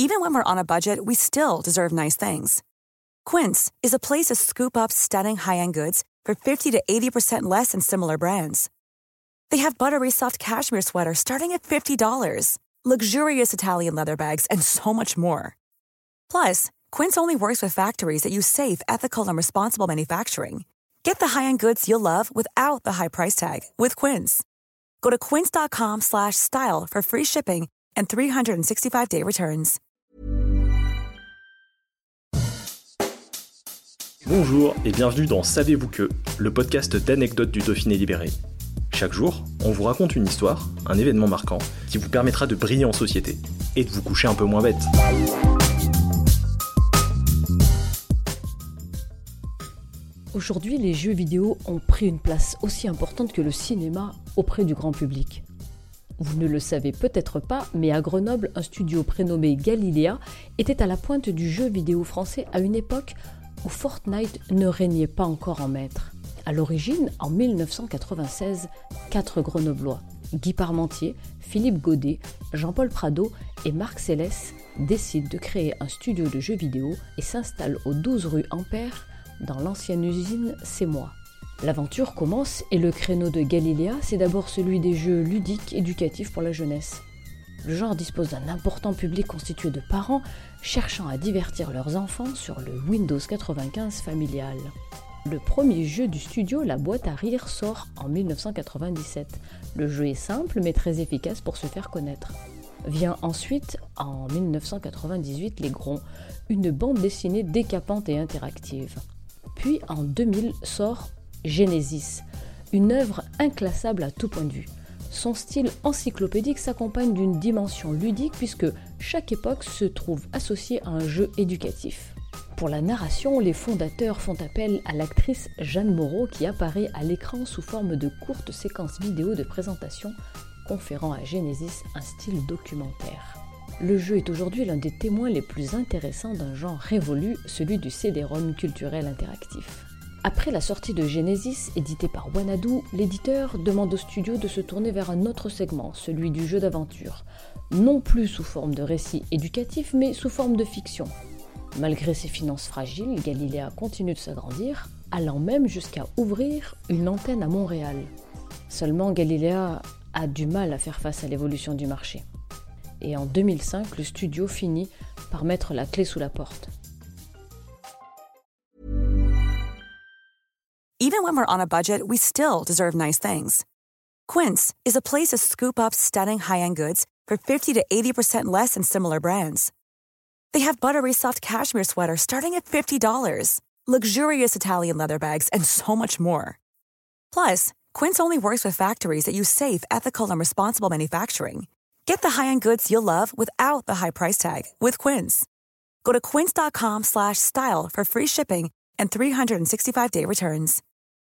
Even when we're on a budget, we still deserve nice things. Quince is a place to scoop up stunning high-end goods for 50 to 80% less than similar brands. They have buttery soft cashmere sweaters starting at $50, luxurious Italian leather bags, and so much more. Plus, Quince only works with factories that use safe, ethical, and responsible manufacturing. Get the high-end goods you'll love without the high price tag with Quince. Go to quince.com/style for free shipping and 365-day returns. Bonjour et bienvenue dans Savez-vous que, le podcast d'anecdotes du Dauphiné libéré. Chaque jour, on vous raconte une histoire, un événement marquant, qui vous permettra de briller en société et de vous coucher un peu moins bête. Aujourd'hui, les jeux vidéo ont pris une place aussi importante que le cinéma auprès du grand public. Vous ne le savez peut-être pas, mais à Grenoble, un studio prénommé Galilea était à la pointe du jeu vidéo français à une époque où Fortnite ne régnait pas encore en maître. À l'origine, en 1996, 4 Grenoblois, Guy Parmentier, Philippe Godet, Jean-Paul Prado et Marc Célès, décident de créer un studio de jeux vidéo et s'installent aux 12 rue Ampère, dans l'ancienne usine C'est Moi. L'aventure commence et le créneau de Galilea, c'est d'abord celui des jeux ludiques éducatifs pour la jeunesse. Le genre dispose d'un important public constitué de parents cherchant à divertir leurs enfants sur le Windows 95 familial. Le premier jeu du studio, La Boîte à Rire, sort en 1997. Le jeu est simple mais très efficace pour se faire connaître. Vient ensuite, en 1998, Les Gronds, une bande dessinée décapante et interactive. Puis en 2000 sort Genesis, une œuvre inclassable à tout point de vue. Son style encyclopédique s'accompagne d'une dimension ludique puisque chaque époque se trouve associée à un jeu éducatif. Pour la narration, les fondateurs font appel à l'actrice Jeanne Moreau qui apparaît à l'écran sous forme de courtes séquences vidéo de présentation, conférant à Genesis un style documentaire. Le jeu est aujourd'hui l'un des témoins les plus intéressants d'un genre révolu, celui du CD-ROM culturel interactif. Après la sortie de Genesis, édité par Wanadoo, l'éditeur demande au studio de se tourner vers un autre segment, celui du jeu d'aventure. Non plus sous forme de récit éducatif, mais sous forme de fiction. Malgré ses finances fragiles, Galilea continue de s'agrandir, allant même jusqu'à ouvrir une antenne à Montréal. Seulement, Galilea a du mal à faire face à l'évolution du marché. Et en 2005, le studio finit par mettre la clé sous la porte. Even when we're on a budget, we still deserve nice things. Quince is a place to scoop up stunning high-end goods for 50 to 80% less than similar brands. They have buttery soft cashmere sweaters starting at $50, luxurious Italian leather bags, and so much more. Plus, Quince only works with factories that use safe, ethical, and responsible manufacturing. Get the high-end goods you'll love without the high price tag with Quince. Go to quince.com/style for free shipping and 365-day returns.